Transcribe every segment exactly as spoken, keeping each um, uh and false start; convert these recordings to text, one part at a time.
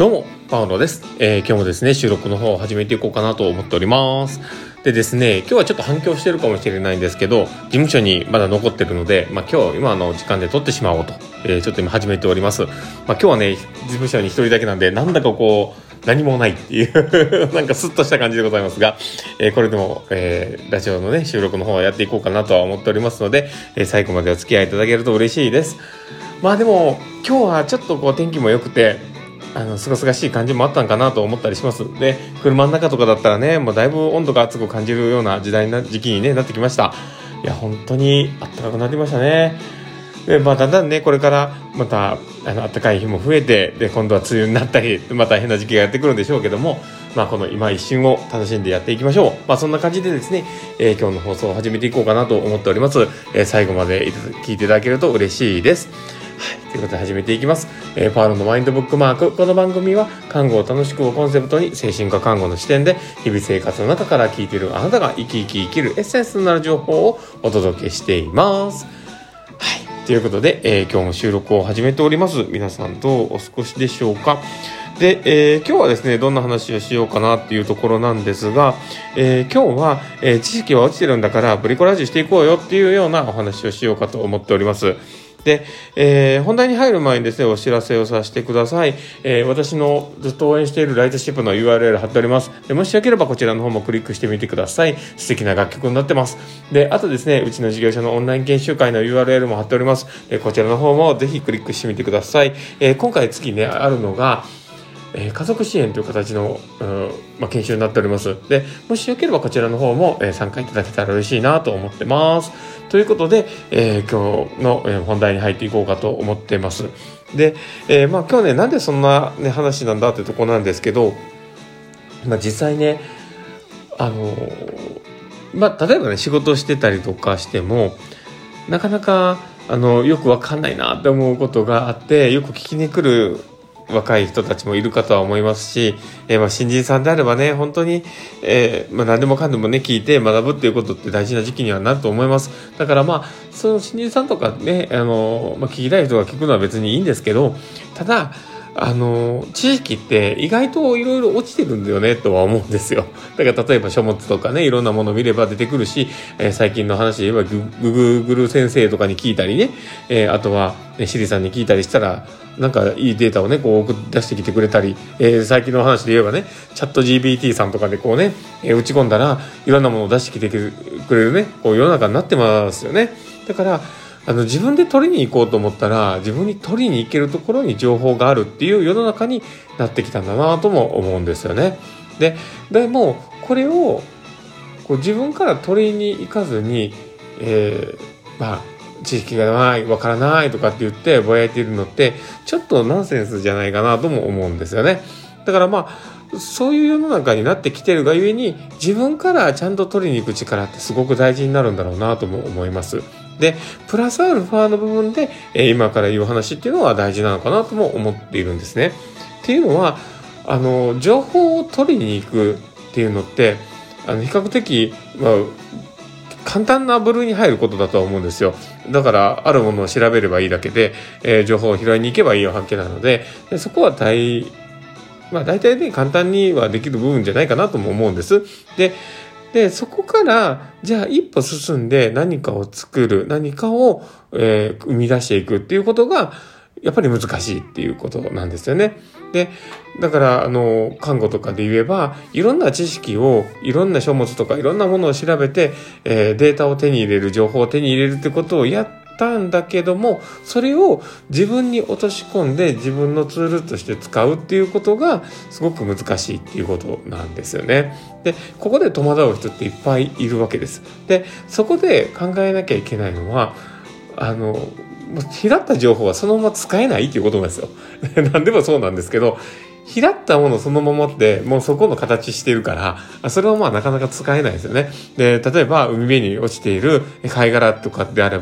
どうもパウロです、えー、今日もですね収録の方を始めていこうかなと思っております。でですね今日はちょっと反響してるかもしれないんですけど、事務所にまだ残ってるので、まあ、今日今の時間で撮ってしまおうと、えー、ちょっと今始めております。まあ、今日はね事務所に一人だけなんでなんだかこう何もないっていうなんかスッとした感じでございますが、えー、これでも、えー、ラジオのね収録の方はやっていこうかなとは思っておりますので、えー、最後までお付き合いいただけると嬉しいです。まあでも今日はちょっとこう天気も良くてあのすがすがしい感じもあったんかなと思ったりします。で車の中とかだったらねもうだいぶ温度が暑く感じるような時代な時期に、ね、なってきました。いや本当に暖かくなってきましたね。で、まあ、だんだんねこれからまたあの暖かい日も増えて、で今度は梅雨になったりまた変な時期がやってくるんでしょうけども、まあ、この今一瞬を楽しんでやっていきましょう。まあ、そんな感じでですね、えー、今日の放送を始めていこうかなと思っております。えー、最後まで聞いていただけると嬉しいです。はい、ということで始めていきます。えー、パウロのマインドブックマーク。この番組は看護を楽しくをコンセプトに精神科看護の視点で日々生活の中から聞いているあなたが生き生き生きるエッセンスとなる情報をお届けしています。はい、ということで、えー、今日も収録を始めております。皆さんどうお過ごしでしょうか。で、えー、今日はですねどんな話をしようかなっていうところなんですが、えー、今日は、えー、知識は落ちてるんだからブリコラージュしていこうよっていうようなお話をしようかと思っております。で、えー、本題に入る前にですねお知らせをさせてください。えー、私のずっと応援しているライトシップの ユーアールエル 貼っております。でもしよければこちらの方もクリックしてみてください。素敵な楽曲になってます。であとですねうちの事業所のオンライン研修会の ユーアールエル も貼っております。えー、こちらの方もぜひクリックしてみてください。えー、今回月ねあるのがえー、家族支援という形の、うんまあ、研修になっております。でもしよければこちらの方も、えー、参加いただけたら嬉しいなと思ってます。ということで、えー、今日の、えー、本題に入っていこうかと思ってます。で、えーまあ、今日ねなんでそんな、ね、話なんだってとこなんですけど、まあ、実際ねあのーまあ、例えばね仕事してたりとかしてもなかなかあのよくわかんないなって思うことがあって、よく聞きに来る若い人たちもいるかとは思いますし、えー、まあ新人さんであればね本当に、えーまあ、何でもかんでもね聞いて学ぶっていうことって大事な時期にはなると思います。だからまあその新人さんとかねあの、まあ、聞きたい人が聞くのは別にいいんですけど、ただあの知識って意外といろいろ落ちてるんだよねとは思うんですよ。だから例えば書物とかねいろんなものを見れば出てくるし、えー、最近の話で言えばグーグル先生とかに聞いたりね、えー、あとは、ね、シリさんに聞いたりしたらなんかいいデータをねこう送り出してきてくれたり、えー、最近の話で言えばねチャット ジーピーティー さんとかでこうね、えー、打ち込んだらいろんなものを出してきてくれるねこう世の中になってますよね。だからあの自分で取りに行こうと思ったら自分に取りに行けるところに情報があるっていう世の中になってきたんだなとも思うんですよね。で、でもこれをこう自分から取りに行かずに、えー、まあ知識がないわからないとかって言ってぼやいているのってちょっとナンセンスじゃないかなとも思うんですよね。だからまあそういう世の中になってきてるがゆえに自分からちゃんと取りに行く力ってすごく大事になるんだろうなとも思います。でプラスアルファの部分で、えー、今から言う話っていうのは大事なのかなとも思っているんですね。っていうのはあの情報を取りに行くっていうのってあの比較的、まあ、簡単な部類に入ることだとは思うんですよ。だからあるものを調べればいいだけで、えー、情報を拾いに行けばいいわけなので、でそこは大まあ大体ね簡単にはできる部分じゃないかなとも思うんです。ででそこからじゃあ一歩進んで何かを作る何かを、えー、生み出していくっていうことがやっぱり難しいっていうことなんですよね。でだからあの看護とかで言えばいろんな知識をいろんな書物とかいろんなものを調べて、えー、データを手に入れる情報を手に入れるってことをやったんだけども、それを自分に落とし込んで自分のツールとして使うっていうことがすごく難しいっていうことなんですよね。でここで戸惑う人っていっぱいいるわけです。でそこで考えなきゃいけないのはあの拾った情報はそのまま使えないっていうことなんですよ。何でもそうなんですけど拾ったものそのままってもうそこの形してるからそれはまあなかなか使えないですよね。で例えば海辺に落ちている貝殻とかであれば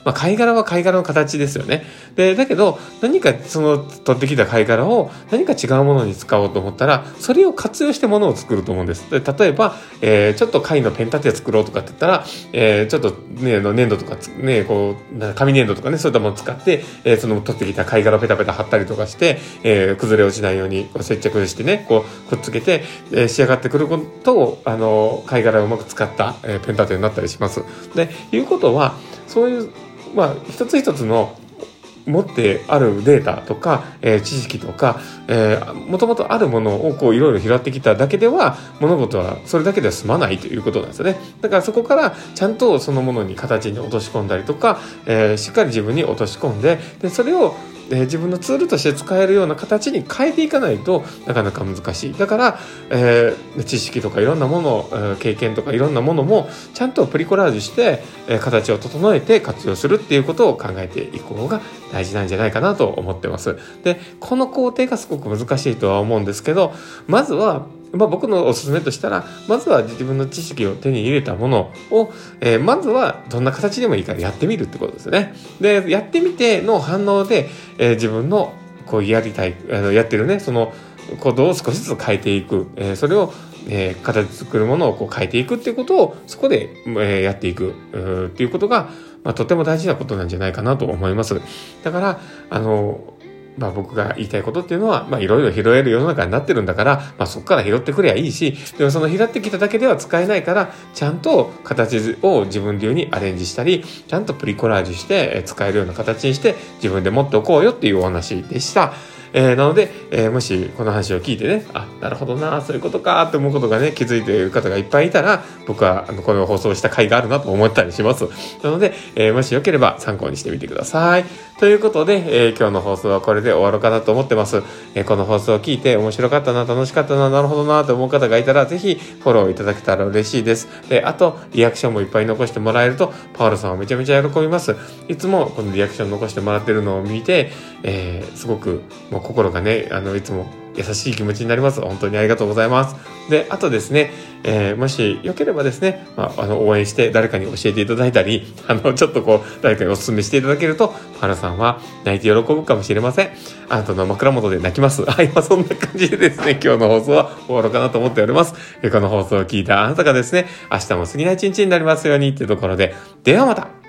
まあ、貝殻は貝殻の形ですよね。で、だけど、何かその取ってきた貝殻を何か違うものに使おうと思ったら、それを活用してものを作ると思うんです。で、例えば、えー、ちょっと貝のペン立て作ろうとかって言ったら、えー、ちょっとね、の粘土とか、ね、こう、紙粘土とかね、そういったものを使って、えー、その取ってきた貝殻をペタペタ貼ったりとかして、えー、崩れ落ちないようにこう接着してね、こう、くっつけて、えー、仕上がってくることを、あの、貝殻をうまく使った、えー、ペン立てになったりします。で、いうことは、そういう、まあ、一つ一つの持ってあるデータとか、えー、知識とか、えー、もともとあるものをこういろいろ拾ってきただけでは物事はそれだけでは済まないということなんですよね。だからそこからちゃんとそのものに形に落とし込んだりとか、えー、しっかり自分に落とし込んで、でそれをえー、自分のツールとして使えるような形に変えていかないとなかなか難しい。だから、えー、知識とかいろんなもの、えー、経験とかいろんなものもちゃんとプリコラージュして、えー、形を整えて活用するっていうことを考えていく方が大事なんじゃないかなと思ってます。で、この工程がすごく難しいとは思うんですけど、まずはまあ、僕のおすすめとしたら、まずは自分の知識を手に入れたものを、えー、まずはどんな形でもいいからやってみるってことですね。で、やってみての反応で、えー、自分のこうやりたい、あのやってるね、そのことを少しずつ変えていく、えー、それを、えー、形作るものをこう変えていくっていうことをそこで、えー、やっていくっていうことが、まあ、とても大事なことなんじゃないかなと思います。だから、あの、まあ僕が言いたいことっていうのは、まあいろいろ拾える世の中になってるんだから、まあそこから拾ってくればいいし、でもその拾ってきただけでは使えないから、ちゃんと形を自分流にアレンジしたり、ちゃんとプリコラージュして使えるような形にして自分で持っておこうよっていうお話でした。えー、なので、えー、もしこの話を聞いてね、あ、なるほどな、そういうことかって思うことがね、気づいている方がいっぱいいたら、僕はあのこの放送した回があるなと思ったりします。なので、えー、もしよければ参考にしてみてください。ということで、えー、今日の放送はこれで終わろうかなと思ってます。えー、この放送を聞いて面白かったな、楽しかったな、なるほどなと思う方がいたら、ぜひフォローいただけたら嬉しいです。で、あと、リアクションもいっぱい残してもらえると、パウロさんはめちゃめちゃ喜びます。いつもこのリアクション残してもらってるのを見て、えー、すごくもう心がね、あのいつも優しい気持ちになります。本当にありがとうございます。で、あとですね、えー、もしよければですね、まあ、あの応援して誰かに教えていただいたり、あのちょっとこう誰かにお勧めしていただけると、パラさんは泣いて喜ぶかもしれません。あなたの枕元で泣きます。はい、まあ、そんな感じでですね、今日の放送は終わろうかなと思っております。この放送を聞いたあなたがですね、明日も素敵な一日になりますようにっていうところで、ではまた。